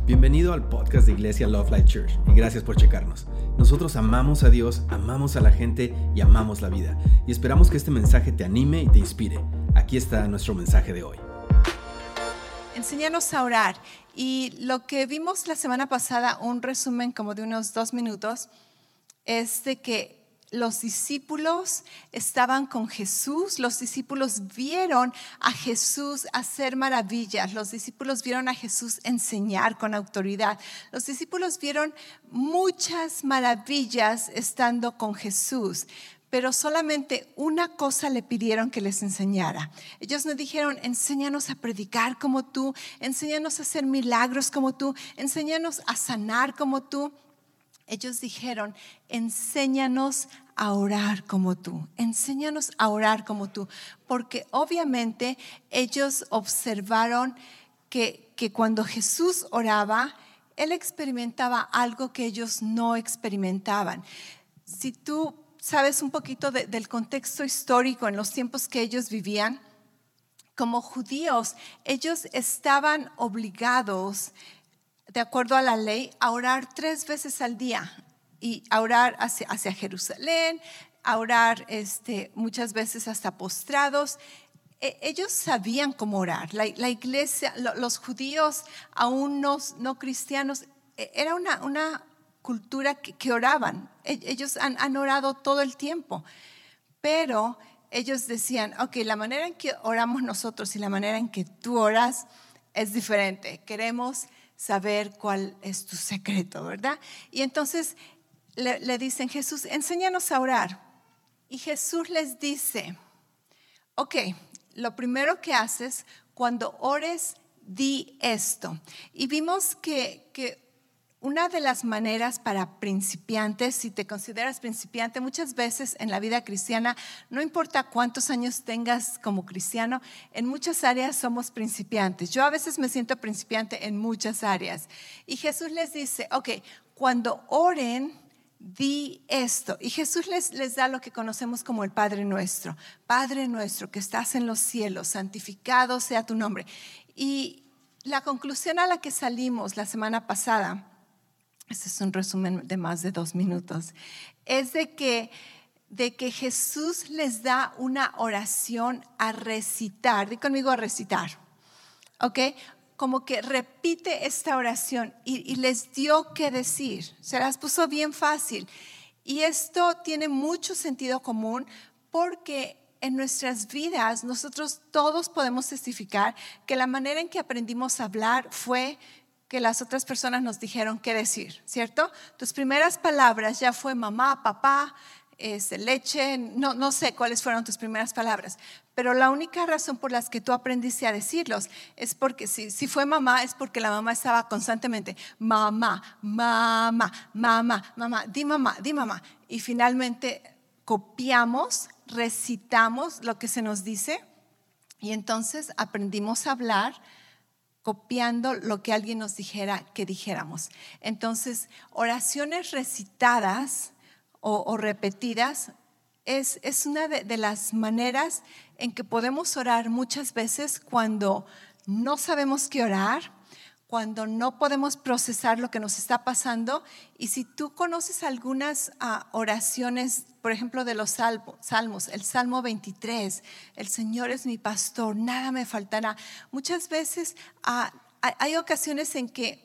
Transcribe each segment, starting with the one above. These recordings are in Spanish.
Bienvenido al podcast de Iglesia Love Life Church y gracias por checarnos. Nosotros amamos a Dios, amamos a la gente y amamos la vida. Y esperamos que este mensaje te anime y te inspire. Aquí está nuestro mensaje de hoy. Enséñanos a orar. Y lo que vimos la semana pasada, un resumen como de unos 2 minutos, es de que los discípulos estaban con Jesús, los discípulos vieron a Jesús hacer maravillas, los discípulos vieron a Jesús enseñar con autoridad, los discípulos vieron muchas maravillas estando con Jesús. Pero solamente una cosa le pidieron que les enseñara. Ellos no dijeron, enséñanos a predicar como tú, enséñanos a hacer milagros como tú, enséñanos a sanar como tú. Ellos dijeron, enséñanos a orar como tú, enséñanos a orar como tú. Porque obviamente ellos observaron que cuando Jesús oraba, Él experimentaba algo que ellos no experimentaban. Si tú sabes un poquito del contexto histórico en los tiempos que ellos vivían, como judíos, ellos estaban obligados, de acuerdo a la ley, a orar 3 veces al día y a orar hacia Jerusalén, a orar muchas veces hasta postrados. Ellos sabían cómo orar. La iglesia, los judíos, aún no cristianos, era una cultura que oraban. Ellos han orado todo el tiempo, pero ellos decían, ok, la manera en que oramos nosotros y la manera en que tú oras es diferente. Queremos saber cuál es tu secreto, ¿verdad? Y entonces le dicen, Jesús, enséñanos a orar. Y Jesús les dice, ok, lo primero que haces cuando ores, di esto. Y vimos que una de las maneras para principiantes, si te consideras principiante, muchas veces en la vida cristiana, no importa cuántos años tengas como cristiano, en muchas áreas somos principiantes. Yo a veces me siento principiante en muchas áreas. Y Jesús les dice, ok, cuando oren, di esto. Y Jesús les da lo que conocemos como el Padre Nuestro. Padre nuestro que estás en los cielos, santificado sea tu nombre. Y la conclusión a la que salimos la semana pasada, este es un resumen de más de 2 minutos, es de que Jesús les da una oración a recitar. Di conmigo a recitar, ¿ok? Como que repite esta oración y les dio que decir. Se las puso bien fácil. Y esto tiene mucho sentido común porque en nuestras vidas nosotros todos podemos testificar que la manera en que aprendimos a hablar fue que las otras personas nos dijeron qué decir, ¿cierto? Tus primeras palabras ya fue mamá, papá, leche, no sé cuáles fueron tus primeras palabras, pero la única razón por la que tú aprendiste a decirlos es porque si fue mamá, es porque la mamá estaba constantemente, mamá, mamá, mamá, mamá, di mamá, di mamá. Y finalmente copiamos, recitamos lo que se nos dice y entonces aprendimos a hablar copiando lo que alguien nos dijera que dijéramos. Entonces, oraciones recitadas o repetidas es una de las maneras en que podemos orar muchas veces cuando no sabemos qué orar, cuando no podemos procesar lo que nos está pasando. Y si tú conoces algunas oraciones, por ejemplo, de los salmos, el Salmo 23, el Señor es mi pastor, nada me faltará. Muchas veces hay ocasiones en que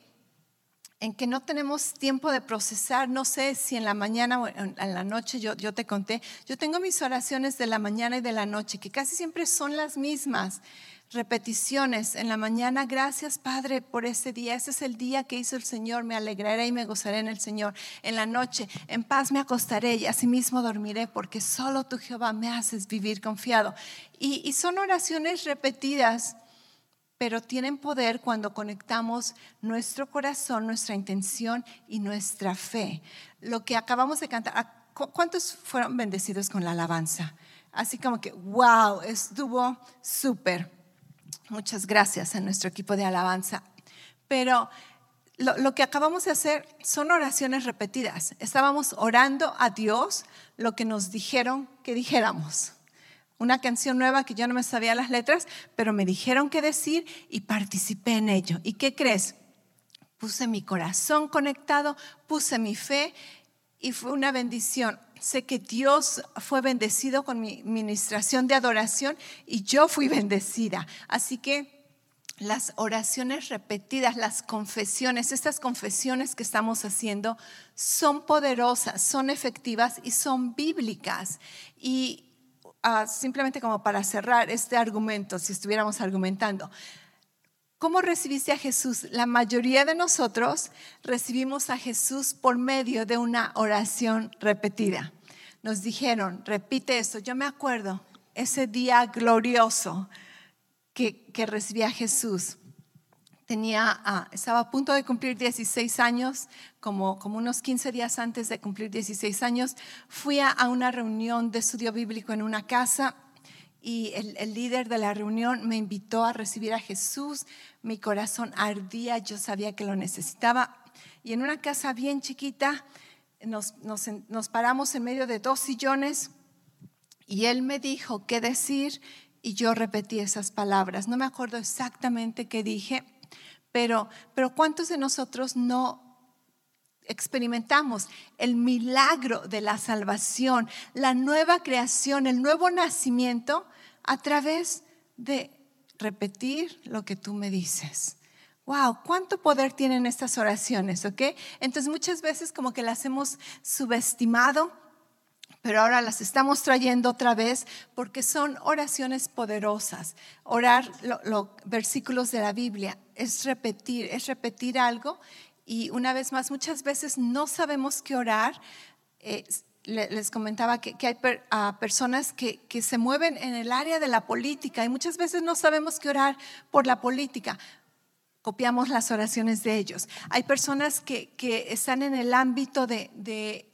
no tenemos tiempo de procesar. No sé si en la mañana o en la noche, yo te conté, yo tengo mis oraciones de la mañana y de la noche, que casi siempre son las mismas. Repeticiones en la mañana, gracias Padre por ese día, ese es el día que hizo el Señor, me alegraré y me gozaré en el Señor. En la noche, en paz me acostaré y asimismo dormiré, porque solo tú, Jehová, me haces vivir confiado. Y son oraciones repetidas, pero tienen poder cuando conectamos nuestro corazón, nuestra intención y nuestra fe. Lo que acabamos de cantar, ¿cuántos fueron bendecidos con la alabanza? Así como que, wow, estuvo súper. Muchas gracias a nuestro equipo de alabanza. Pero lo que acabamos de hacer son oraciones repetidas. Estábamos orando a Dios lo que nos dijeron que dijéramos. Una canción nueva que yo no me sabía las letras, pero me dijeron qué decir y participé en ello. ¿Y qué crees? puse mi corazón conectado, puse mi fe y fue una bendición. Sé que Dios fue bendecido con mi ministración de adoración y yo fui bendecida. Así que las oraciones repetidas, las confesiones, estas confesiones que estamos haciendo son poderosas, son efectivas y son bíblicas. Y simplemente como para cerrar este argumento, si estuviéramos argumentando, ¿cómo recibiste a Jesús? La mayoría de nosotros recibimos a Jesús por medio de una oración repetida. Nos dijeron, repite esto. Yo me acuerdo ese día glorioso que recibí a Jesús. Estaba a punto de cumplir 16 años, como unos 15 días antes de cumplir 16 años, fui a una reunión de estudio bíblico en una casa y el líder de la reunión me invitó a recibir a Jesús. Mi corazón ardía, yo sabía que lo necesitaba. Y en una casa bien chiquita nos paramos en medio de 2 sillones y él me dijo qué decir. Y yo repetí esas palabras. No me acuerdo exactamente qué dije, pero ¿cuántos de nosotros no experimentamos el milagro de la salvación, la nueva creación, el nuevo nacimiento a través de repetir lo que tú me dices? Wow, cuánto poder tienen estas oraciones, ¿ok? Entonces muchas veces como que las hemos subestimado, pero ahora las estamos trayendo otra vez porque son oraciones poderosas. Orar los versículos de la Biblia es repetir algo. Y una vez más, muchas veces no sabemos qué orar. Les comentaba que hay personas que se mueven en el área de la política y muchas veces no sabemos qué orar por la política. Copiamos las oraciones de ellos. Hay personas que están en el ámbito de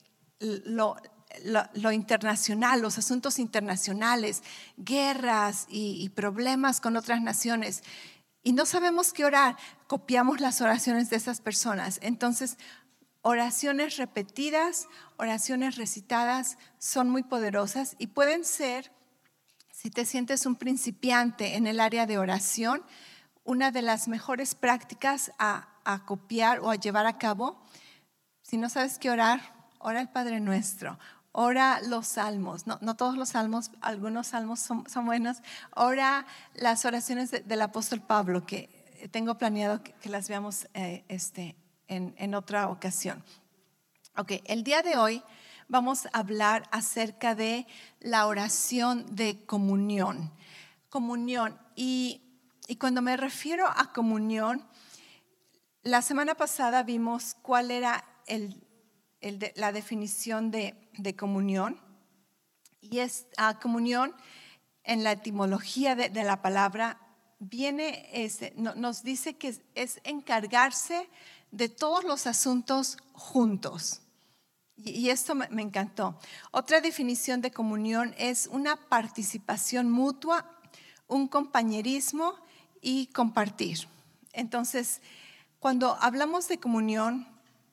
lo internacional, los asuntos internacionales, guerras y problemas con otras naciones, y no sabemos qué orar, copiamos las oraciones de esas personas. Entonces, oraciones repetidas, oraciones recitadas son muy poderosas y pueden ser, si te sientes un principiante en el área de oración, una de las mejores prácticas a copiar o a llevar a cabo. Si no sabes qué orar, ora el Padre Nuestro. Ora los salmos, no todos los salmos, algunos salmos son buenos. Ora las oraciones del apóstol Pablo, que tengo planeado que las veamos en otra ocasión. Ok, el día de hoy vamos a hablar acerca de la oración de comunión. Comunión, y cuando me refiero a comunión, la semana pasada vimos cuál era la definición de comunión, y comunión en la etimología de la palabra nos dice que es encargarse de todos los asuntos juntos, y esto me encantó. Otra definición de comunión es una participación mutua, un compañerismo y compartir. Entonces, cuando hablamos de comunión,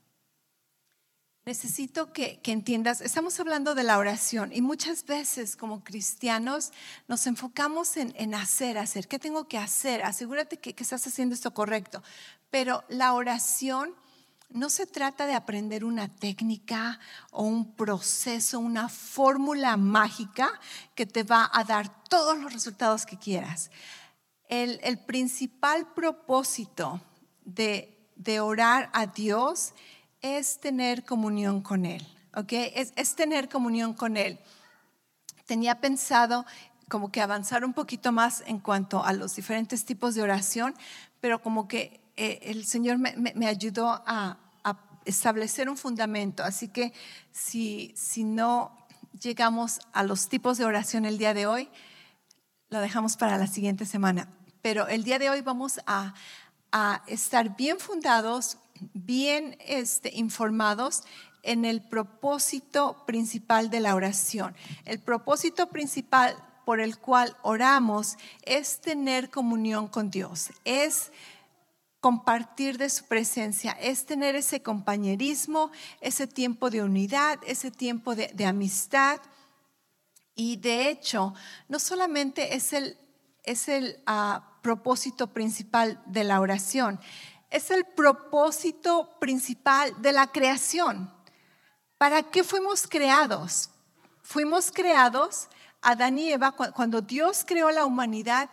necesito que entiendas, estamos hablando de la oración y muchas veces como cristianos nos enfocamos en hacer, ¿qué tengo que hacer? Asegúrate que estás haciendo esto correcto. Pero la oración no se trata de aprender una técnica o un proceso, una fórmula mágica que te va a dar todos los resultados que quieras. El principal propósito de orar a Dios es tener comunión con Él, ¿ok? Es tener comunión con Él. Tenía pensado como que avanzar un poquito más en cuanto a los diferentes tipos de oración, pero como que el Señor me ayudó a establecer un fundamento. Así que si no llegamos a los tipos de oración el día de hoy, lo dejamos para la siguiente semana. Pero el día de hoy vamos a estar bien fundados, bien informados en el propósito principal de la oración. El propósito principal por el cual oramos es tener comunión con Dios, es compartir de su presencia, es tener ese compañerismo, ese tiempo de unidad, ese tiempo de amistad. Y de hecho, no solamente es el propósito principal de la oración. es el propósito principal de la creación. ¿Para qué fuimos creados? Fuimos creados, Adán y Eva, cuando Dios creó la humanidad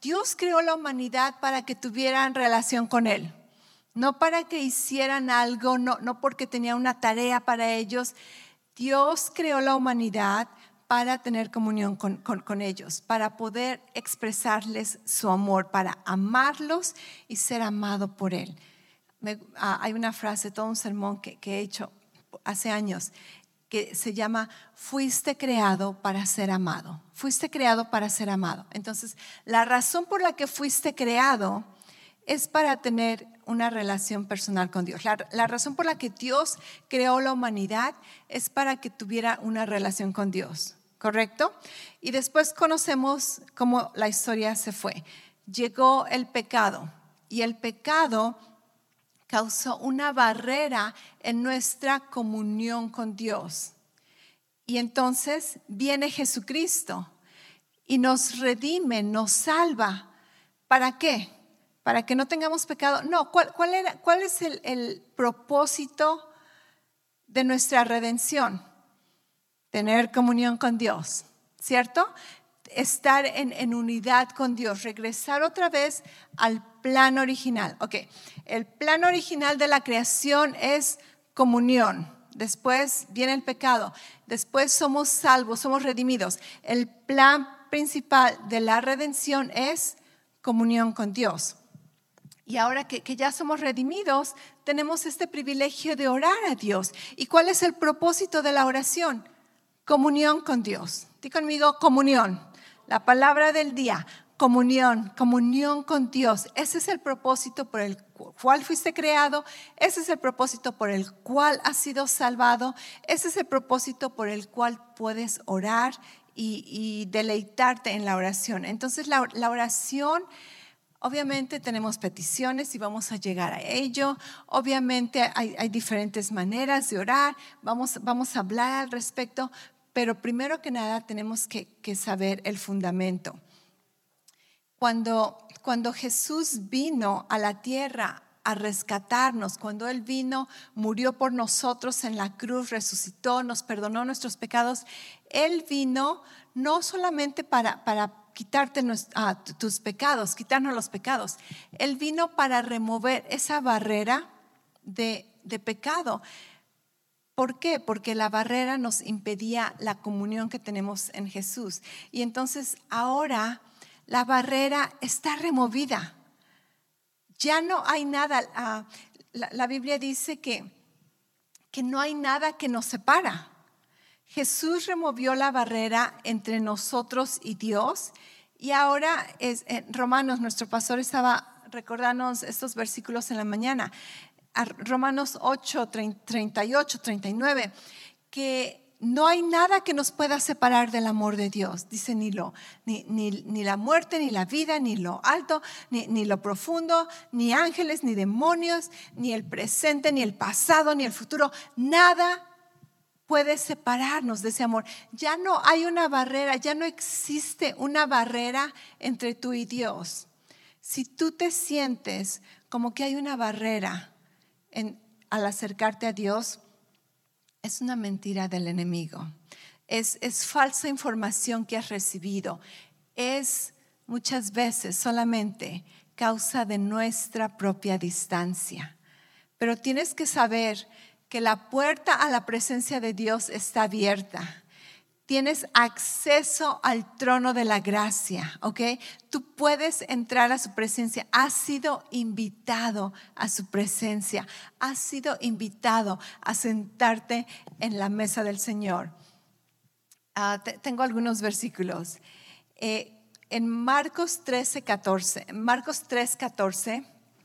para que tuvieran relación con Él. No para que hicieran algo, no porque tenía una tarea para ellos. Dios creó la humanidad para tener comunión con ellos, para poder expresarles su amor, para amarlos y ser amado por Él. Hay una frase, todo un sermón que he hecho hace años, que se llama: fuiste creado para ser amado. Fuiste creado para ser amado. Entonces, la razón por la que fuiste creado es para tener una relación personal con Dios. La razón por la que Dios creó la humanidad es para que tuviera una relación con Dios, ¿correcto? Y después conocemos cómo la historia se fue. Llegó el pecado y el pecado causó una barrera en nuestra comunión con Dios. Y entonces viene Jesucristo y nos redime, nos salva. ¿Para qué? ¿Para que no tengamos pecado? No, ¿cuál es el propósito de nuestra redención? Tener comunión con Dios, ¿cierto? Estar en unidad con Dios, regresar otra vez al plan original. Ok, el plan original de la creación es comunión. Después viene el pecado. Después somos salvos, somos redimidos. El plan principal de la redención es comunión con Dios. Y ahora que ya somos redimidos, tenemos este privilegio de orar a Dios. ¿Y cuál es el propósito de la oración? Comunión con Dios. Di conmigo, comunión. La palabra del día, comunión con Dios. Ese es el propósito por el cual fuiste creado. Ese es el propósito por el cual has sido salvado. Ese es el propósito por el cual puedes orar y deleitarte en la oración. Entonces la oración, obviamente tenemos peticiones y vamos a llegar a ello. Obviamente hay diferentes maneras de orar. Vamos a hablar al respecto. Pero primero que nada tenemos que saber el fundamento. Cuando Jesús vino a la tierra a rescatarnos, cuando Él vino, murió por nosotros en la cruz, resucitó, nos perdonó nuestros pecados, Él vino no solamente para quitarte tus pecados, quitarnos los pecados. Él vino para remover esa barrera de pecado. ¿Por qué? Porque la barrera nos impedía la comunión que tenemos en Jesús. Y entonces ahora la barrera está removida. Ya no hay nada. La Biblia dice que no hay nada que nos separa. Jesús removió la barrera entre nosotros y Dios. Y ahora Romanos, nuestro pastor estaba recordándonos estos versículos en la mañana. Romanos 8, 38, 39, que no hay nada que nos pueda separar del amor de Dios. Dice ni la muerte, ni la vida, ni lo alto, ni lo profundo, ni ángeles, ni demonios, ni el presente, ni el pasado, ni el futuro. Nada puede separarnos de ese amor. Ya no hay una barrera, ya no existe una barrera entre tú y Dios. Si tú te sientes como que hay una barrera al acercarte a Dios, es una mentira del enemigo. Es falsa información que has recibido. Es muchas veces solamente causa de nuestra propia distancia. Pero tienes que saber que la puerta a la presencia de Dios está abierta. Tienes acceso al trono de la gracia, ¿ok? Tú puedes entrar a su presencia. Has sido invitado a su presencia. Has sido invitado a sentarte en la mesa del Señor. Tengo algunos versículos. En Marcos 3:14,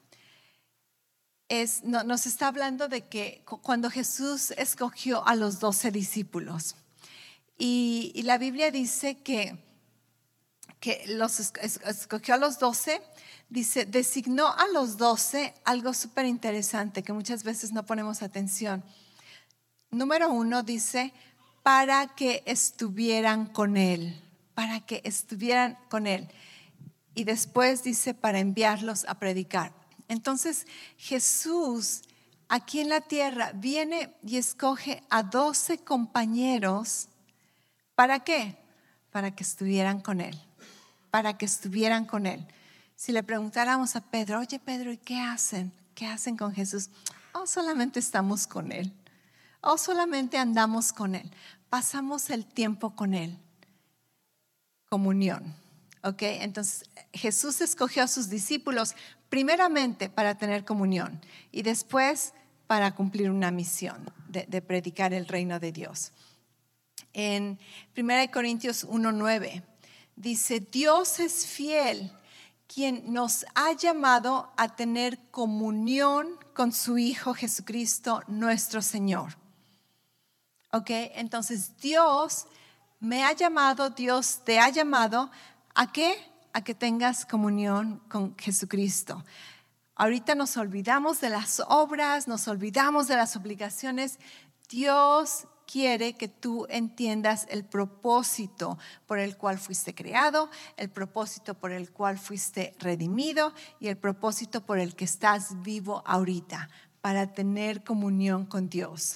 nos está hablando de que cuando Jesús escogió a los 12 discípulos. Y la Biblia dice que los escogió a los 12, dice, designó a los 12 algo súper interesante que muchas veces no ponemos atención. Número 1 dice, para que estuvieran con Él, Y después dice, para enviarlos a predicar. Entonces Jesús aquí en la tierra viene y escoge a 12 compañeros. ¿Para qué? Para que estuvieran con Él. Para que estuvieran con Él. Si le preguntáramos a Pedro, oye Pedro, ¿y qué hacen? ¿Qué hacen con Jesús? Oh, solamente estamos con Él. Oh, solamente andamos con Él. Pasamos el tiempo con Él. Comunión. ¿Ok? Entonces Jesús escogió a sus discípulos primeramente para tener comunión y después para cumplir una misión de predicar el reino de Dios. En 1 Corintios 1:9 dice, Dios es fiel, quien nos ha llamado a tener comunión con su Hijo Jesucristo, nuestro Señor. ¿Ok? Entonces Dios me ha llamado, Dios te ha llamado, ¿a qué? A que tengas comunión con Jesucristo. Ahorita nos olvidamos de las obras, nos olvidamos de las obligaciones. Dios quiere que tú entiendas el propósito por el cual fuiste creado, el propósito por el cual fuiste redimido y el propósito por el que estás vivo ahorita, para tener comunión con Dios.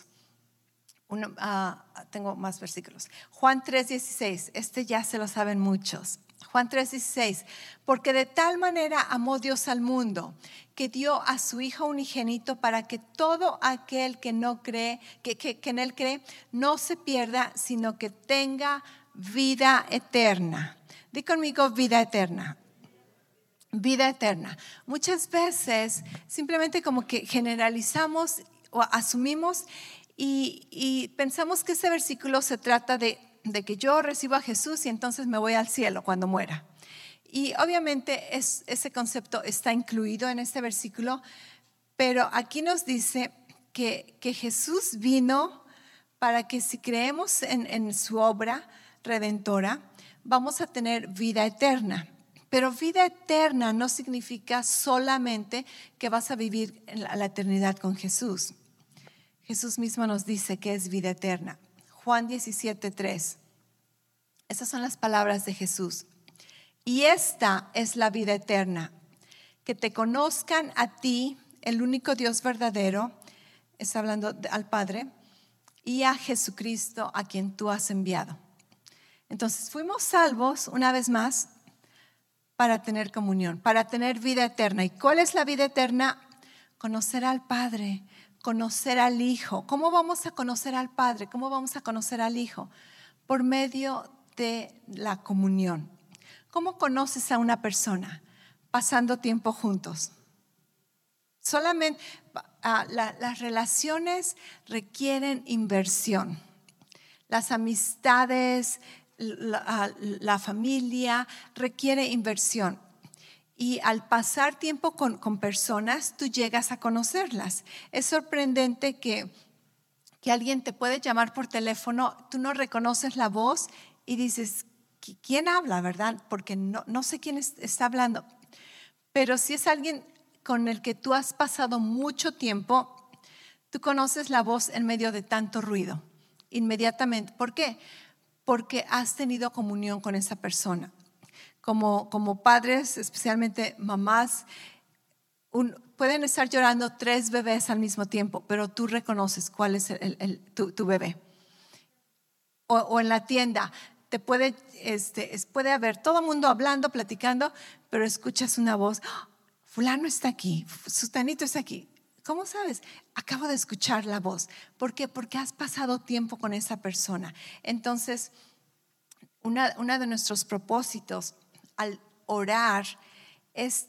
Tengo más versículos. Juan 3:16, este ya se lo saben muchos. Juan 3:16, porque de tal manera amó Dios al mundo, que dio a su Hijo unigénito para que todo aquel que no cree, que en Él cree, no se pierda, sino que tenga vida eterna. Di conmigo, vida eterna. Vida eterna. Muchas veces simplemente como que generalizamos o asumimos y pensamos que ese versículo se trata de que yo recibo a Jesús y entonces me voy al cielo cuando muera. Y obviamente ese concepto está incluido en este versículo, pero aquí nos dice que Jesús vino para que si creemos en su obra redentora, vamos a tener vida eterna. Pero vida eterna no significa solamente que vas a vivir en la eternidad con Jesús. Jesús mismo nos dice que es vida eterna. Juan 17:3. Esas son las palabras de Jesús. Y esta es la vida eterna, que te conozcan a ti, el único Dios verdadero, está hablando al Padre, y a Jesucristo, a quien tú has enviado. Entonces fuimos salvos una vez más para tener comunión, para tener vida eterna. ¿Y cuál es la vida eterna? Conocer al Padre, conocer al Hijo. ¿Cómo vamos a conocer al Padre? ¿Cómo vamos a conocer al Hijo? Por medio de la comunión. ¿Cómo conoces a una persona? Pasando tiempo juntos. Solamente las relaciones requieren inversión. Las amistades, la familia requiere inversión. Y al pasar tiempo con personas, tú llegas a conocerlas. Es sorprendente que alguien te puede llamar por teléfono, tú no reconoces la voz y dices, ¿quién habla, verdad? Porque no sé quién está hablando. Pero si es alguien con el que tú has pasado mucho tiempo, tú conoces la voz en medio de tanto ruido, inmediatamente. ¿Por qué? Porque has tenido comunión con esa persona. Como padres, especialmente mamás, pueden estar llorando 3 bebés al mismo tiempo, pero tú reconoces cuál es tu bebé. O en la tienda, puede haber todo el mundo hablando, platicando, pero escuchas una voz, fulano está aquí, sustanito está aquí. ¿Cómo sabes? Acabo de escuchar la voz. ¿Por qué? Porque has pasado tiempo con esa persona. Entonces, una de nuestros propósitos al orar es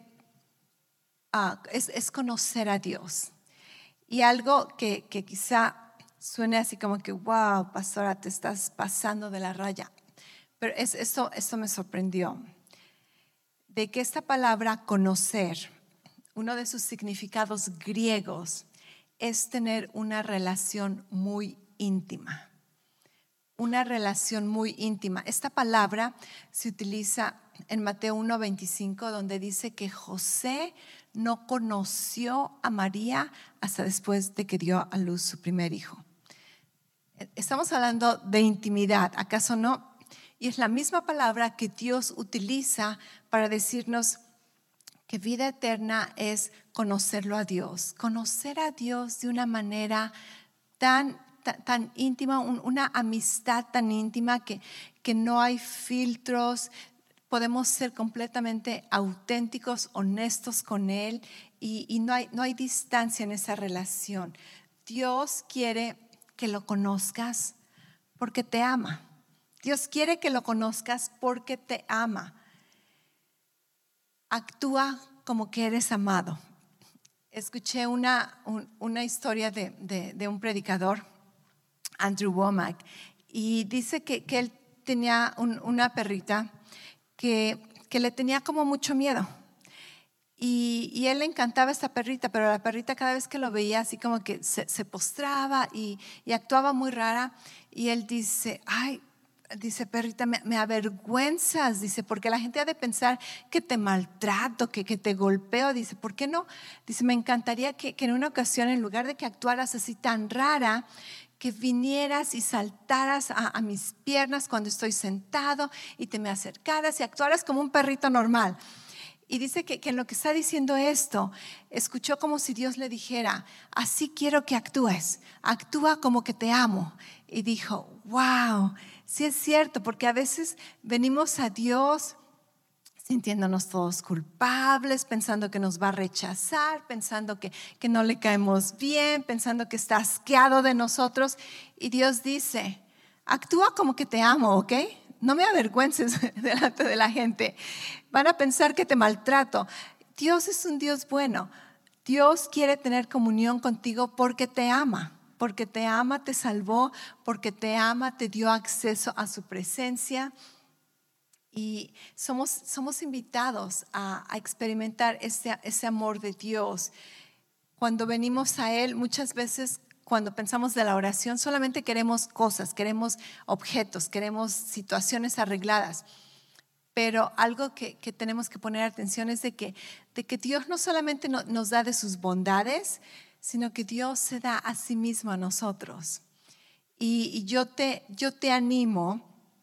es conocer a Dios. Y algo que quizá suene así como que, wow, pastora, te estás pasando de la raya. Pero esto me sorprendió. De que esta palabra conocer, uno de sus significados griegos es tener una relación muy íntima. Una relación muy íntima. Esta palabra se utiliza en Mateo 1:25, donde dice que José no conoció a María hasta después de que dio a luz su primer hijo. Estamos hablando de intimidad, ¿acaso no? Y es la misma palabra que Dios utiliza para decirnos que vida eterna es conocerlo a Dios, conocer a Dios de una manera tan íntima, una amistad tan íntima que no hay filtros, podemos ser completamente auténticos, honestos con Él y no hay distancia en esa relación. Dios quiere que lo conozcas porque te ama. Dios quiere que lo conozcas porque te ama. Actúa como que eres amado. Escuché una historia de un predicador, Andrew Womack, y dice que él tenía una perrita que le tenía como mucho miedo. Y él le encantaba esta perrita, pero la perrita cada vez que lo veía así como que se postraba y actuaba muy rara. Y él dice, dice, perrita, me avergüenzas, dice, porque la gente ha de pensar que te maltrato, que te golpeo. Dice, ¿por qué no? Dice, me encantaría que en una ocasión, en lugar de que actuaras así tan rara, que vinieras y saltaras a mis piernas cuando estoy sentado y te me acercaras y actuaras como un perrito normal. Y dice que en lo que está diciendo esto, escuchó como si Dios le dijera, así quiero que actúes, actúa como que te amo. Y dijo, wow, sí es cierto, porque a veces venimos a Dios sintiéndonos todos culpables, pensando que nos va a rechazar, pensando que no le caemos bien, pensando que está asqueado de nosotros. Y Dios dice, actúa como que te amo, ¿ok? No me avergüences delante de la gente. Van a pensar que te maltrato. Dios es un Dios bueno. Dios quiere tener comunión contigo porque te ama. Porque te ama, te salvó. Porque te ama, te dio acceso a su presencia. Y somos invitados a experimentar ese amor de Dios. Cuando venimos a Él, muchas veces cuando pensamos de la oración, solamente queremos cosas, queremos objetos, queremos situaciones arregladas. Pero algo que tenemos que poner atención es de que Dios no solamente nos da de sus bondades, sino que Dios se da a sí mismo a nosotros. Y yo te animo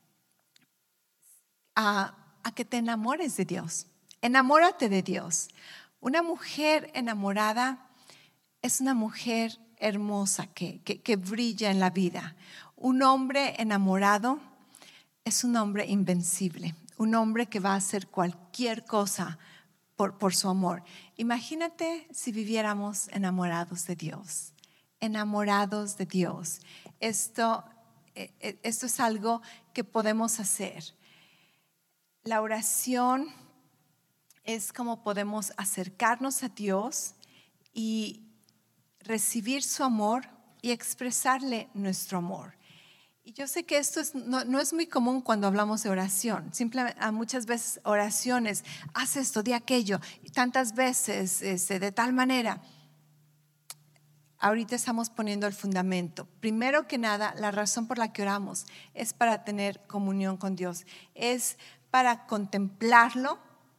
a que te enamores de Dios. Enamórate de Dios. Una mujer enamorada es una mujer hermosa que brilla en la vida. Un hombre enamorado es un hombre invencible, un hombre que va a hacer cualquier cosa por su amor. Imagínate si viviéramos enamorados de Dios, enamorados de Dios. Esto es algo que podemos hacer. La oración es como podemos acercarnos a Dios y recibir su amor y expresarle nuestro amor. Y yo sé que esto no es muy común cuando hablamos de oración. Simplemente, muchas veces oraciones, haz esto, di aquello, y tantas veces de tal manera. Ahorita estamos poniendo el fundamento. Primero que nada, la razón por la que oramos es para tener comunión con Dios. Es para contemplarlo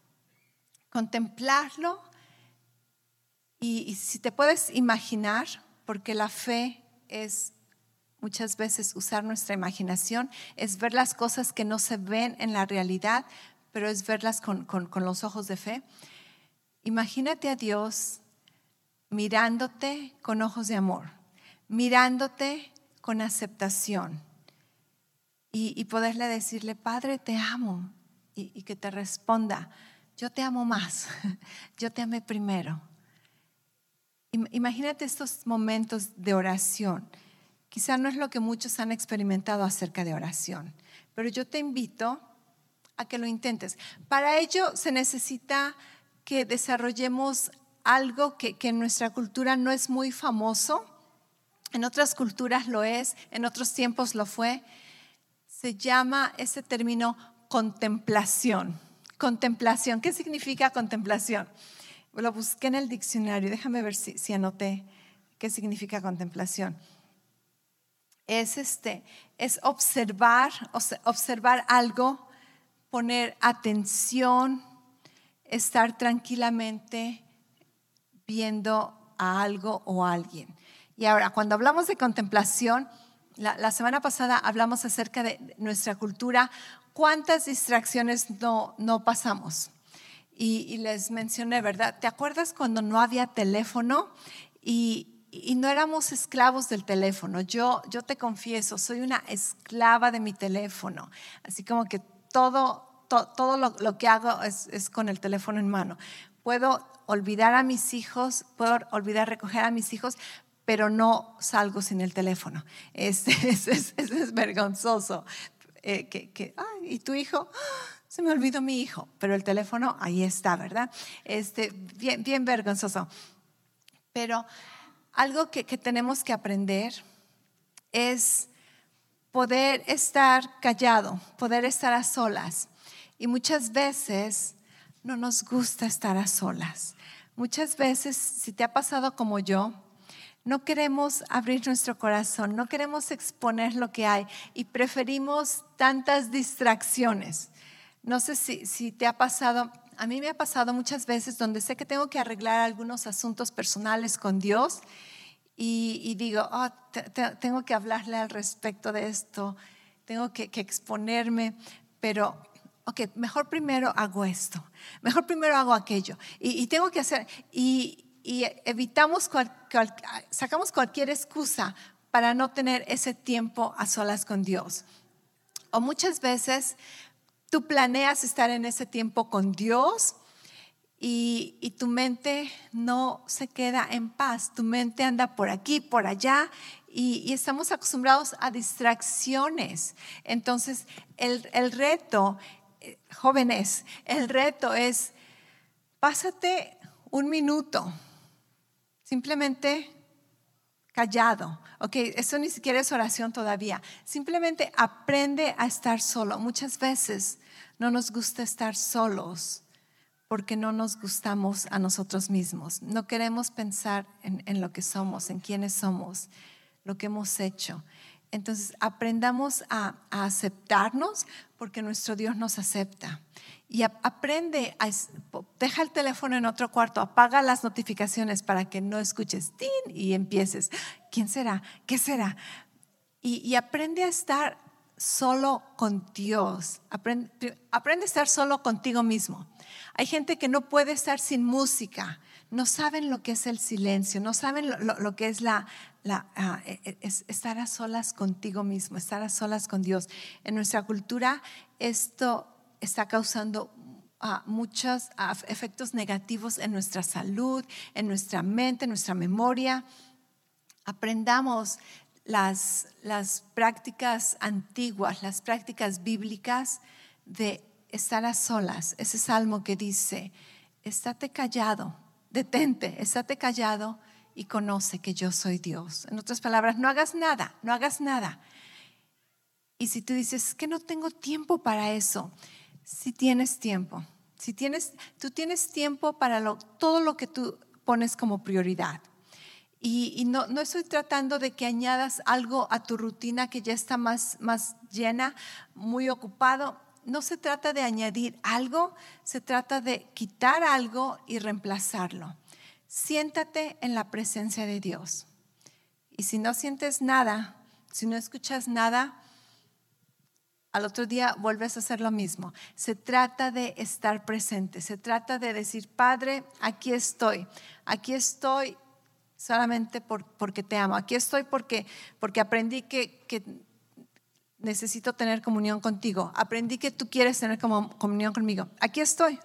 y si te puedes imaginar, porque la fe es muchas veces usar nuestra imaginación, es ver las cosas que no se ven en la realidad, pero es verlas con los ojos de fe. Imagínate a Dios mirándote con ojos de amor, mirándote con aceptación y poderle decirle, Padre, te amo, y que te responda, yo te amo más, yo te amé primero. Imagínate estos momentos de oración. Quizá no es lo que muchos han experimentado acerca de oración, pero yo te invito a que lo intentes. Para ello se necesita que desarrollemos algo que en nuestra cultura no es muy famoso. En otras culturas lo es, en otros tiempos lo fue. Se llama ese término contemplación. Contemplación. ¿Qué significa contemplación? Lo busqué en el diccionario. Déjame ver si anoté qué significa contemplación. Es observar algo, poner atención, estar tranquilamente viendo a algo o a alguien. Y ahora, cuando hablamos de contemplación, la semana pasada hablamos acerca de nuestra cultura, cuántas distracciones no pasamos. y les mencioné, ¿verdad? ¿Te acuerdas cuando no había teléfono y no éramos esclavos del teléfono? Yo te confieso, soy una esclava de mi teléfono, así como que todo lo que hago es con el teléfono en mano. Puedo olvidar a mis hijos, puedo olvidar recoger a mis hijos, pero no salgo sin el teléfono. Eso es vergonzoso. ¿Y tu hijo? Se me olvidó mi hijo, pero el teléfono ahí está, ¿verdad? Bien vergonzoso. Pero algo que tenemos que aprender es poder estar callado, poder estar a solas. Y muchas veces no nos gusta estar a solas. Muchas veces, si te ha pasado como yo, no queremos abrir nuestro corazón, no queremos exponer lo que hay y preferimos tantas distracciones. No sé si te ha pasado, a mí me ha pasado muchas veces donde sé que tengo que arreglar algunos asuntos personales con Dios y digo, tengo que hablarle al respecto de esto, tengo que exponerme, pero mejor primero hago esto, mejor primero hago aquello y tengo que hacer, y evitamos sacamos cualquier excusa para no tener ese tiempo a solas con Dios. O muchas veces tú planeas estar en ese tiempo con Dios y tu mente no se queda en paz. Tu mente anda por aquí, por allá y estamos acostumbrados a distracciones. Entonces, el reto, jóvenes, el reto es pásate un minuto, simplemente callado. Eso ni siquiera es oración todavía. Simplemente aprende a estar solo. Muchas veces no nos gusta estar solos porque no nos gustamos a nosotros mismos. No queremos pensar en lo que somos, en quiénes somos, lo que hemos hecho. Entonces aprendamos a aceptarnos porque nuestro Dios nos acepta. Y aprende, deja el teléfono en otro cuarto, apaga las notificaciones para que no escuches ¡tin! Y empieces, ¿quién será? ¿Qué será? Y aprende a estar solo con Dios, aprende a estar solo contigo mismo. Hay gente que no puede estar sin música, no saben lo que es el silencio, no saben lo que es estar a solas contigo mismo, estar a solas con Dios. En nuestra cultura esto está causando muchos efectos negativos en nuestra salud, en nuestra mente, en nuestra memoria. Aprendamos las prácticas antiguas, las prácticas bíblicas de estar a solas. Ese salmo que dice, estate callado, detente, estate callado y conoce que yo soy Dios. En otras palabras, no hagas nada, no hagas nada. Y si tú dices que no tengo tiempo para eso, si tienes tiempo, tú tienes tiempo para todo lo que tú pones como prioridad. Y no estoy tratando de que añadas algo a tu rutina que ya está más llena, muy ocupado. No se trata de añadir algo, se trata de quitar algo y reemplazarlo. Siéntate en la presencia de Dios. Y si no sientes nada, si no escuchas nada, al otro día vuelves a hacer lo mismo. Se trata de estar presente, se trata de decir, Padre, aquí estoy solamente porque te amo. Aquí estoy porque aprendí que necesito tener comunión contigo. Aprendí que tú quieres tener comunión conmigo. Aquí estoy.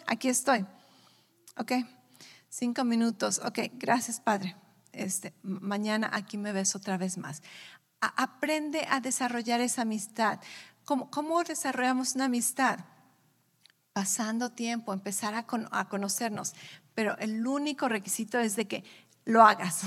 5 minutos. Gracias, Padre. Mañana aquí me ves otra vez más. Aprende a desarrollar esa amistad. ¿Cómo desarrollamos una amistad? Pasando tiempo, empezar a conocernos. Pero el único requisito es de que lo hagas,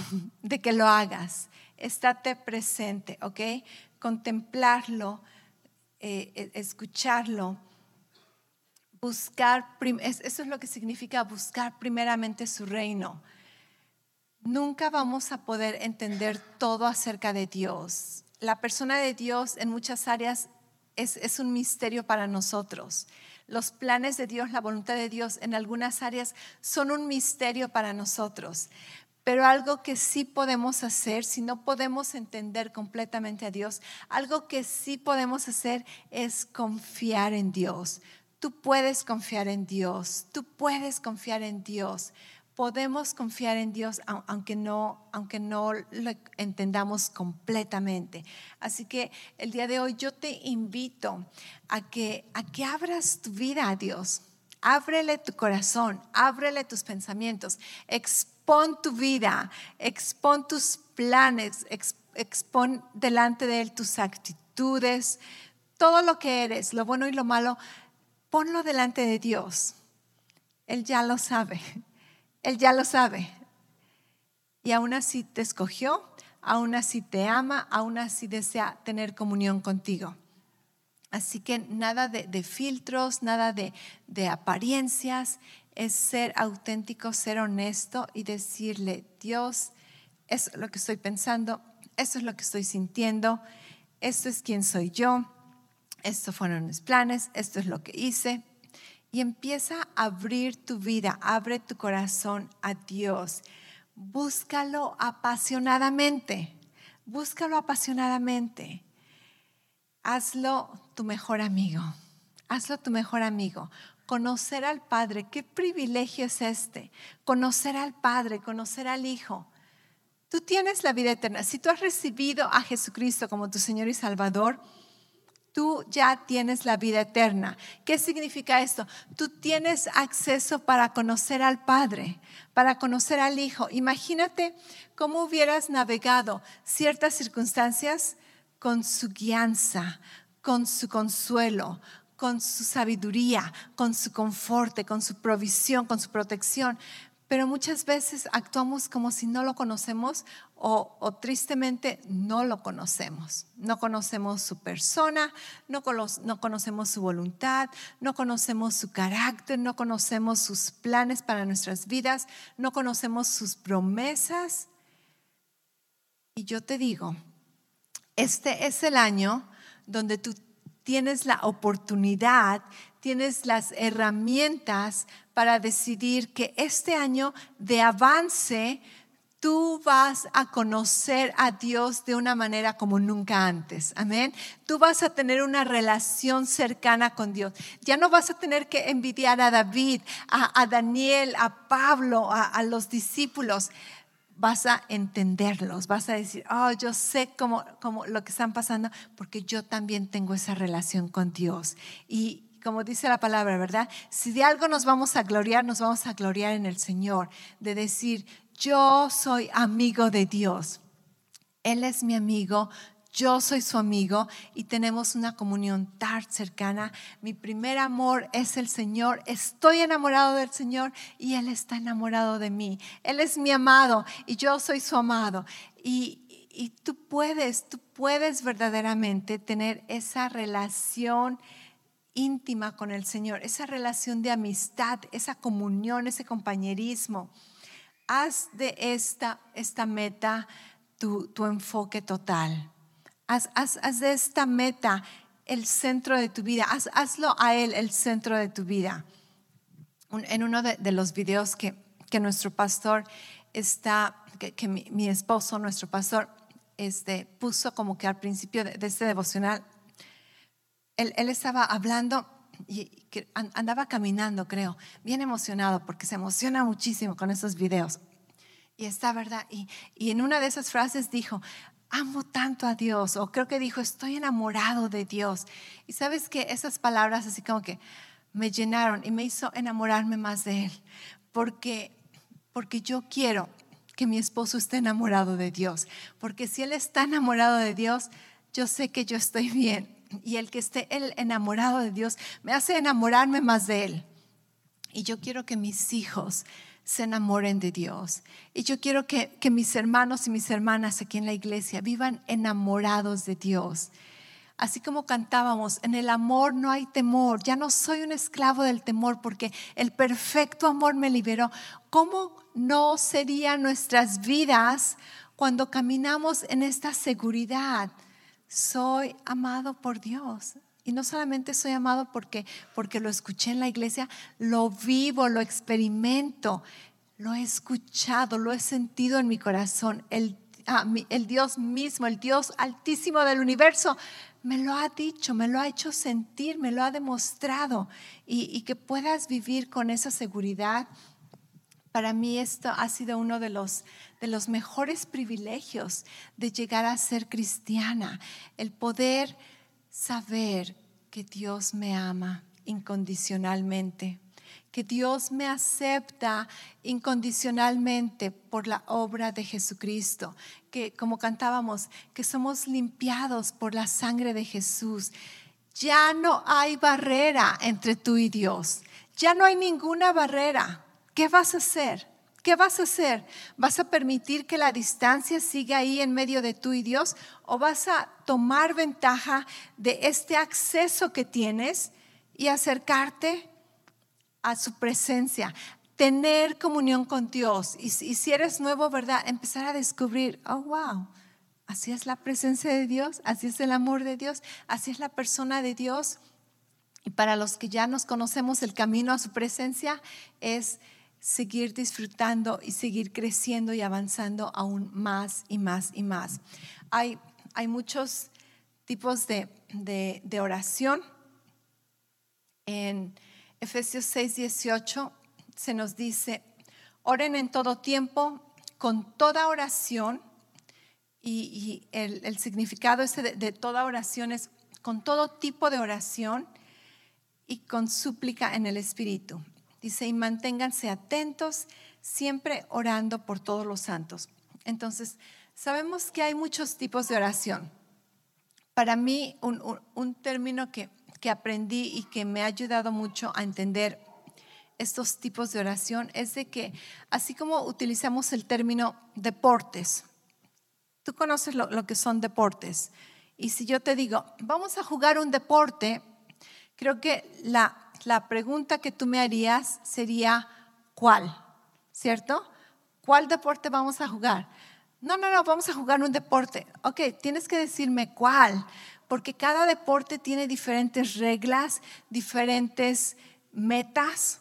Estate presente, Contemplarlo, escucharlo, buscar, eso es lo que significa buscar primeramente su reino. Nunca vamos a poder entender todo acerca de Dios. La persona de Dios en muchas áreas es un misterio para nosotros. Los planes de Dios, la voluntad de Dios en algunas áreas son un misterio para nosotros. Pero algo que sí podemos hacer, si no podemos entender completamente a Dios, algo que sí podemos hacer es confiar en Dios. Tú puedes confiar en Dios, tú puedes confiar en Dios. Podemos confiar en Dios aunque no lo entendamos completamente. Así que el día de hoy yo te invito a que abras tu vida a Dios. Ábrele tu corazón, ábrele tus pensamientos, expon tu vida, expon tus planes, expon delante de Él tus actitudes, todo lo que eres, lo bueno y lo malo, ponlo delante de Dios. Él ya lo sabe. Él ya lo sabe. Y aún así te escogió, aún así te ama, aún así desea tener comunión contigo. Así que nada de filtros, nada de apariencias, es ser auténtico, ser honesto y decirle: Dios, eso es lo que estoy pensando, eso es lo que estoy sintiendo, esto es quién soy yo, estos fueron mis planes, esto es lo que hice. Y empieza a abrir tu vida, abre tu corazón a Dios. Búscalo apasionadamente, búscalo apasionadamente. Hazlo tu mejor amigo, hazlo tu mejor amigo. Conocer al Padre, qué privilegio es este, conocer al Padre, conocer al Hijo. Tú tienes la vida eterna. Si tú has recibido a Jesucristo como tu Señor y Salvador, tú ya tienes la vida eterna. ¿Qué significa esto? Tú tienes acceso para conocer al Padre, para conocer al Hijo. Imagínate cómo hubieras navegado ciertas circunstancias con su guianza, con su consuelo, con su sabiduría, con su confort, con su provisión, con su protección. Pero muchas veces actuamos como si no lo conocemos o tristemente no lo conocemos. No conocemos su persona, no conocemos su voluntad, no conocemos su carácter, no conocemos sus planes para nuestras vidas, no conocemos sus promesas. Y yo te digo, este es el año donde tú tienes la oportunidad, tienes las herramientas para decidir que este año de avance tú vas a conocer a Dios de una manera como nunca antes. Amén. Tú vas a tener una relación cercana con Dios. Ya no vas a tener que envidiar a David, a Daniel, a Pablo, a los discípulos. Vas a entenderlos, vas a decir: oh, yo sé cómo lo que están pasando, porque yo también tengo esa relación con Dios. Y como dice la palabra, ¿verdad? Si de algo nos vamos a gloriar en el Señor, de decir: yo soy amigo de Dios, Él es mi amigo, yo soy su amigo y tenemos una comunión tan cercana. Mi primer amor es el Señor, estoy enamorado del Señor y Él está enamorado de mí. Él es mi amado y yo soy su amado. Y tú puedes verdaderamente tener esa relación íntima con el Señor, esa relación de amistad, esa comunión, ese compañerismo. Haz de esta meta tu enfoque total. Haz de esta meta el centro de tu vida. Hazlo a Él el centro de tu vida. En uno de los videos que nuestro pastor que mi esposo, nuestro pastor, puso como que al principio de este devocional, él estaba hablando y que andaba caminando, creo, bien emocionado, porque se emociona muchísimo con esos videos. Y está, ¿verdad? Y en una de esas frases dijo: amo tanto a Dios, o creo que dijo: estoy enamorado de Dios. Y sabes que esas palabras así como que me llenaron y me hizo enamorarme más de Él, porque yo quiero que mi esposo esté enamorado de Dios, porque si Él está enamorado de Dios, yo sé que yo estoy bien, y el que esté Él enamorado de Dios me hace enamorarme más de Él. Y yo quiero que mis hijos se enamoren de Dios. Y yo quiero que mis hermanos y mis hermanas aquí en la iglesia vivan enamorados de Dios. Así como cantábamos, en el amor no hay temor. Ya no soy un esclavo del temor, porque el perfecto amor me liberó. ¿Cómo no serían nuestras vidas cuando caminamos en esta seguridad? Soy amado por Dios. Y no solamente soy amado porque lo escuché en la iglesia, lo vivo, lo experimento, lo he escuchado, lo he sentido en mi corazón. El el Dios mismo, el Dios altísimo del universo, me lo ha dicho, me lo ha hecho sentir, me lo ha demostrado, y que puedas vivir con esa seguridad. Para mí esto ha sido uno de los mejores privilegios de llegar a ser cristiana, el poder saber que Dios me ama incondicionalmente, que Dios me acepta incondicionalmente por la obra de Jesucristo, que como cantábamos, que somos limpiados por la sangre de Jesús. Ya no hay barrera entre tú y Dios, ya no hay ninguna barrera. ¿Qué vas a hacer? ¿Qué vas a hacer? ¿Vas a permitir que la distancia siga ahí en medio de tú y Dios? ¿O vas a tomar ventaja de este acceso que tienes y acercarte a su presencia, tener comunión con Dios? Y si eres nuevo, ¿verdad? Empezar a descubrir, oh, wow, así es la presencia de Dios, así es el amor de Dios, así es la persona de Dios. Y para los que ya nos conocemos, el camino a su presencia es seguir disfrutando y seguir creciendo y avanzando aún más y más y más. Hay muchos tipos de oración. En Efesios 6:18 se nos dice: oren en todo tiempo, con toda oración, y el significado de toda oración es con todo tipo de oración y con súplica en el Espíritu. Dice, y manténganse atentos, siempre orando por todos los santos. Entonces, sabemos que hay muchos tipos de oración. Para mí, un término que aprendí y que me ha ayudado mucho a entender estos tipos de oración es de que, así como utilizamos el término deportes, tú conoces lo que son deportes. Y si yo te digo, vamos a jugar un deporte, creo que la pregunta que tú me harías sería, ¿cuál? ¿Cierto? ¿Cuál deporte vamos a jugar? No, vamos a jugar un deporte. Ok, tienes que decirme cuál, porque cada deporte tiene diferentes reglas, diferentes metas.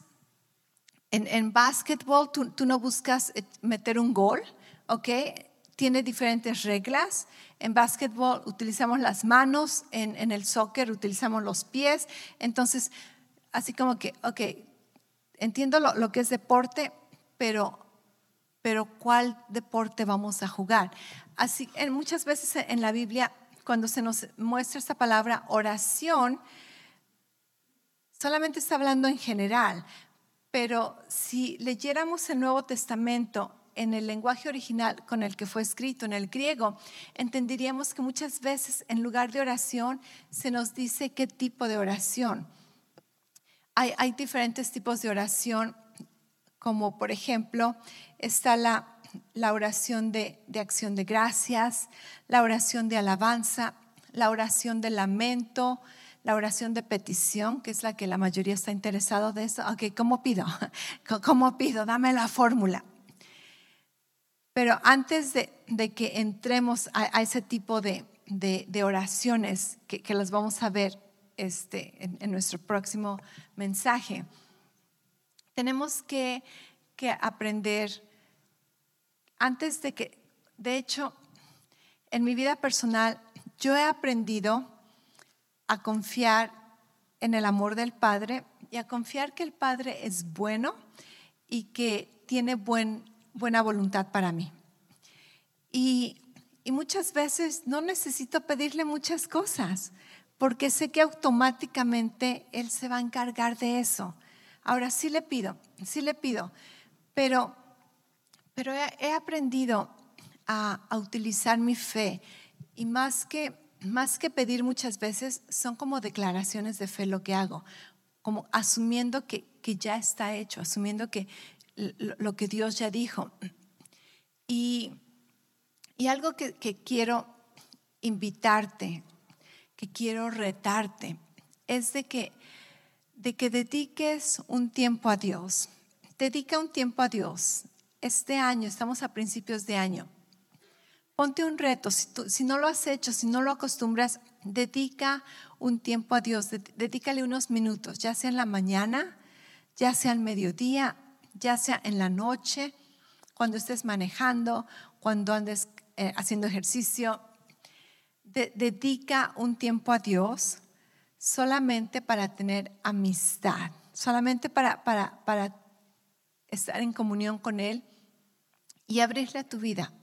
En básquetbol tú no buscas meter un gol, ok, tiene diferentes reglas. En básquetbol utilizamos las manos, en el soccer utilizamos los pies. Entonces, así como que, ok, entiendo lo que es deporte, pero ¿cuál deporte vamos a jugar? Así, muchas veces en la Biblia, cuando se nos muestra esta palabra oración, solamente está hablando en general, pero si leyéramos el Nuevo Testamento en el lenguaje original con el que fue escrito, en el griego, entenderíamos que muchas veces en lugar de oración se nos dice qué tipo de oración. Hay diferentes tipos de oración, como por ejemplo está la oración de acción de gracias, la oración de alabanza, la oración de lamento, la oración de petición, que es la que la mayoría está interesado de eso. Ok, ¿cómo pido? ¿Cómo pido? Dame la fórmula. Pero antes de que entremos a ese tipo de oraciones que las vamos a ver en nuestro próximo mensaje, tenemos que aprender antes de hecho, en mi vida personal, yo he aprendido a confiar en el amor del Padre y a confiar que el Padre es bueno y que tiene buena voluntad para mí. Y muchas veces no necesito pedirle muchas cosas, porque sé que automáticamente Él se va a encargar de eso. Ahora sí le pido, pero he aprendido a utilizar mi fe, y más que pedir muchas veces, son como declaraciones de fe lo que hago, como asumiendo que ya está hecho, asumiendo que lo que Dios ya dijo. Y algo que quiero invitarte, que quiero retarte, es de que dediques un tiempo a Dios. Dedica un tiempo a Dios. Este año, estamos a principios de año. Ponte un reto. Si no lo has hecho, si no lo acostumbras, dedica un tiempo a Dios. Dedícale unos minutos, ya sea en la mañana, ya sea al mediodía, ya sea en la noche, cuando estés manejando, cuando andes haciendo ejercicio. Dedica un tiempo a Dios solamente para tener amistad, solamente para estar en comunión con Él y abrirle tu vida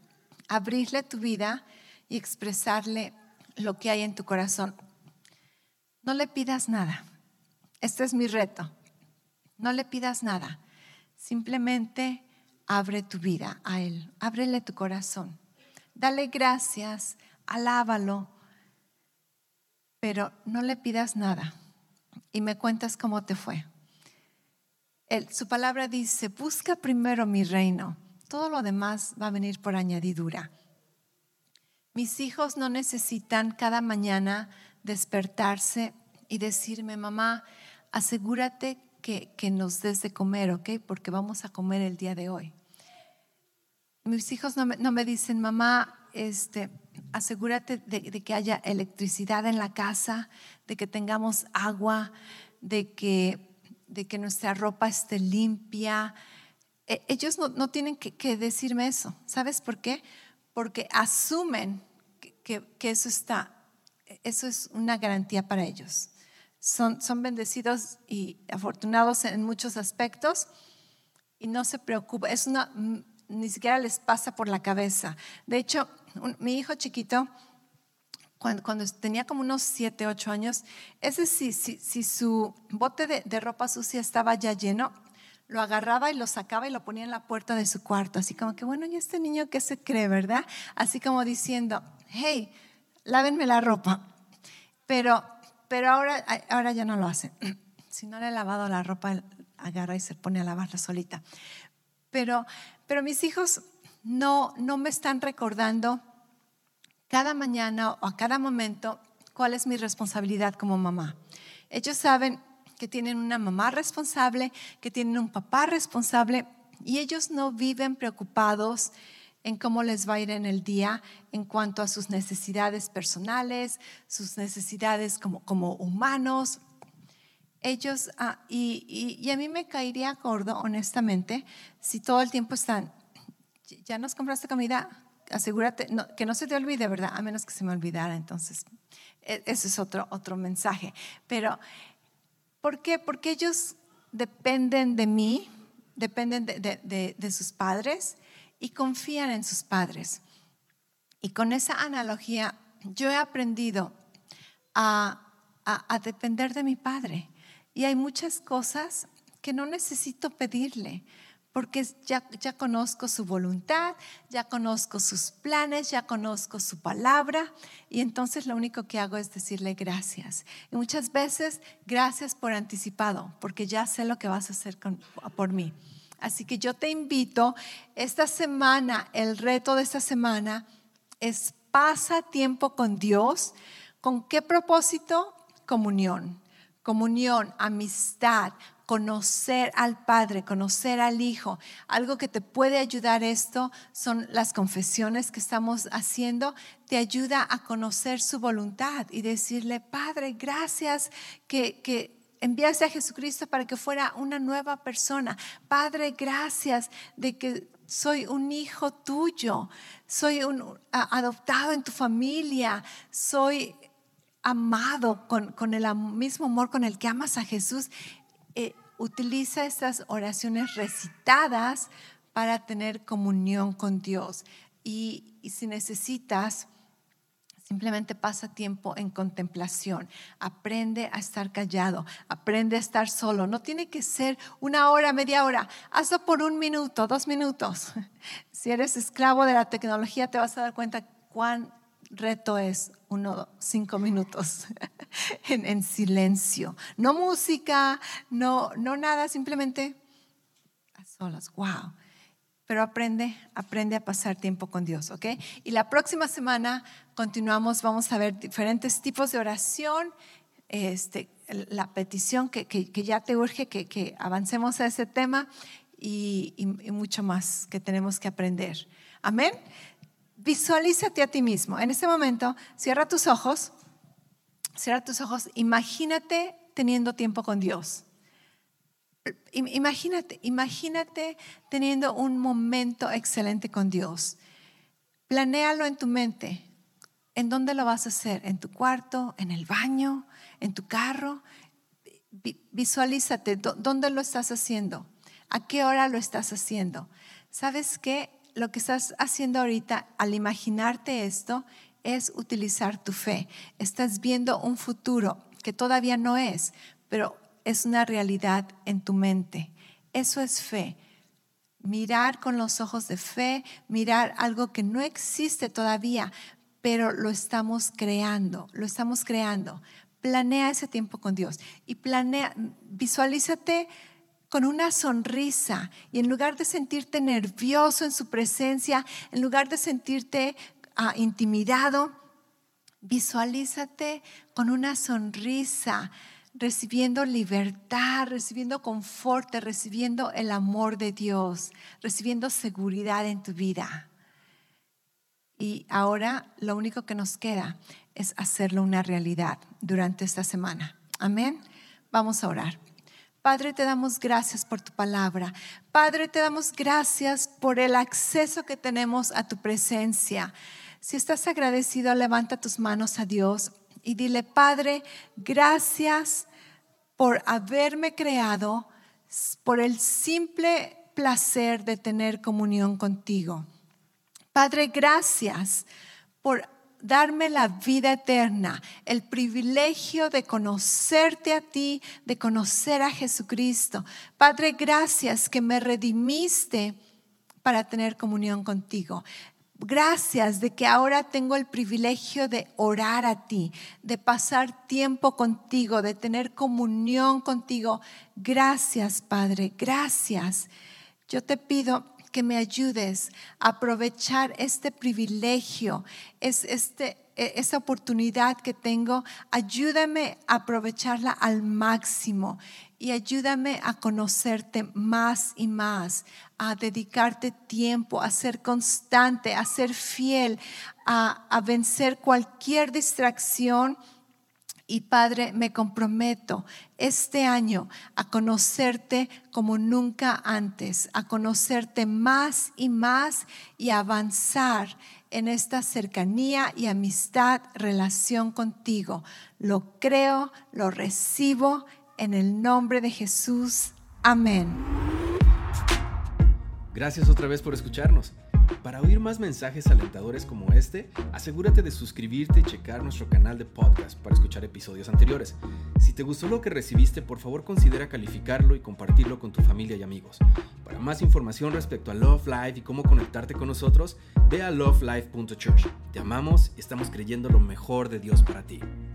y expresarle lo que hay en tu corazón. No le pidas nada. Este es mi reto. No le pidas nada. Simplemente abre tu vida a Él. Ábrele tu corazón. Dale gracias, alábalo, pero no le pidas nada. Y me cuentas cómo te fue. Su palabra dice, busca primero mi reino. Todo lo demás va a venir por añadidura. Mis hijos no necesitan cada mañana despertarse y decirme, mamá, asegúrate que nos des de comer, ¿ok? Porque vamos a comer el día de hoy. Mis hijos no me dicen, mamá, asegúrate de que haya electricidad en la casa, de que tengamos agua, de que nuestra ropa esté limpia. Ellos no tienen que decirme eso. ¿Sabes por qué? Porque asumen que eso es una garantía para ellos. Son bendecidos y afortunados en muchos aspectos y no se preocupan. Ni siquiera les pasa por la cabeza. De hecho, mi hijo chiquito, cuando tenía como unos 7, 8 años, si su bote de ropa sucia estaba ya lleno, lo agarraba y lo sacaba y lo ponía en la puerta de su cuarto, así como que, bueno, ¿y este niño qué se cree, verdad? Así como diciendo, hey, lávenme la ropa. Pero ahora ya no lo hace. Si no le he lavado la ropa, él agarra y se pone a lavarla solita. Pero mis hijos no me están recordando cada mañana o a cada momento cuál es mi responsabilidad como mamá. Ellos saben que tienen una mamá responsable, que tienen un papá responsable y ellos no viven preocupados en cómo les va a ir en el día en cuanto a sus necesidades personales, sus necesidades como humanos. Ellos, y a mí me caería gordo, honestamente, si todo el tiempo están, ¿ya nos compraste comida? Asegúrate, que no se te olvide, ¿verdad? A menos que se me olvidara, entonces, ese es otro mensaje. Pero, ¿por qué? Porque ellos dependen de mí, dependen de sus padres y confían en sus padres. Y con esa analogía, yo he aprendido a depender de mi padre. Y hay muchas cosas que no necesito pedirle, porque ya conozco su voluntad, ya conozco sus planes, ya conozco su palabra, y entonces lo único que hago es decirle gracias. Y muchas veces, gracias por anticipado, porque ya sé lo que vas a hacer por mí. Así que yo te invito, esta semana, el reto de esta semana es pasa tiempo con Dios. ¿Con qué propósito? Comunión, amistad, conocer al Padre, conocer al Hijo. Algo que te puede ayudar esto son las confesiones que estamos haciendo. Te ayuda a conocer su voluntad y decirle, Padre, gracias que enviaste a Jesucristo para que fuera una nueva persona. Padre, gracias de que soy un hijo tuyo, soy adoptado en tu familia, soy amado con el mismo amor con el que amas a Jesús. Utiliza estas oraciones recitadas para tener comunión con Dios. Y si necesitas, simplemente pasa tiempo en contemplación. Aprende a estar callado, aprende a estar solo. No tiene que ser 1 hora, media hora. Hazlo por 1 minuto, 2 minutos. Si eres esclavo de la tecnología, te vas a dar cuenta cuán reto es 5 minutos en silencio. No música, no nada, simplemente a solas. Wow. Pero aprende a pasar tiempo con Dios, ¿ok? Y la próxima semana continuamos, vamos a ver diferentes tipos de oración, la petición que ya te urge que avancemos a ese tema y mucho más que tenemos que aprender. Amén. Visualízate a ti mismo. En este momento, cierra tus ojos, imagínate teniendo tiempo con Dios. Imagínate teniendo un momento excelente con Dios. Planéalo en tu mente. ¿En dónde lo vas a hacer? ¿En tu cuarto? ¿En el baño? ¿En tu carro? Visualízate. ¿Dónde lo estás haciendo? ¿A qué hora lo estás haciendo? ¿Sabes qué? Lo que estás haciendo ahorita al imaginarte esto es utilizar tu fe. Estás viendo un futuro que todavía no es, pero es una realidad en tu mente. Eso es fe. Mirar con los ojos de fe, mirar algo que no existe todavía, pero lo estamos creando. Planea ese tiempo con Dios y visualízate con una sonrisa, y en lugar de sentirte nervioso en su presencia, en lugar de sentirte intimidado, visualízate con una sonrisa, recibiendo libertad, recibiendo confort, recibiendo el amor de Dios, recibiendo seguridad en tu vida. Y ahora lo único que nos queda es hacerlo una realidad durante esta semana. Amén. Vamos a orar. Padre, te damos gracias por tu palabra. Padre, te damos gracias por el acceso que tenemos a tu presencia. Si estás agradecido, levanta tus manos a Dios y dile: Padre, gracias por haberme creado, por el simple placer de tener comunión contigo. Padre, gracias por darme la vida eterna, el privilegio de conocerte a ti, de conocer a Jesucristo. Padre, gracias que me redimiste para tener comunión contigo. Gracias de que ahora tengo el privilegio de orar a ti, de pasar tiempo contigo, de tener comunión contigo. Gracias, Padre, gracias. Yo te pido que me ayudes a aprovechar este privilegio, esa oportunidad que tengo. Ayúdame a aprovecharla al máximo y ayúdame a conocerte más y más, a dedicarte tiempo, a ser constante, a ser fiel, a vencer cualquier distracción. Y Padre, me comprometo este año a conocerte como nunca antes, a conocerte más y a avanzar en esta cercanía y amistad, relación contigo. Lo creo, lo recibo en el nombre de Jesús. Amén. Gracias otra vez por escucharnos. Para oír más mensajes alentadores como este, asegúrate de suscribirte y checar nuestro canal de podcast para escuchar episodios anteriores. Si te gustó lo que recibiste, por favor considera calificarlo y compartirlo con tu familia y amigos. Para más información respecto a Love Life y cómo conectarte con nosotros, ve a lovelife.church. Te amamos y estamos creyendo lo mejor de Dios para ti.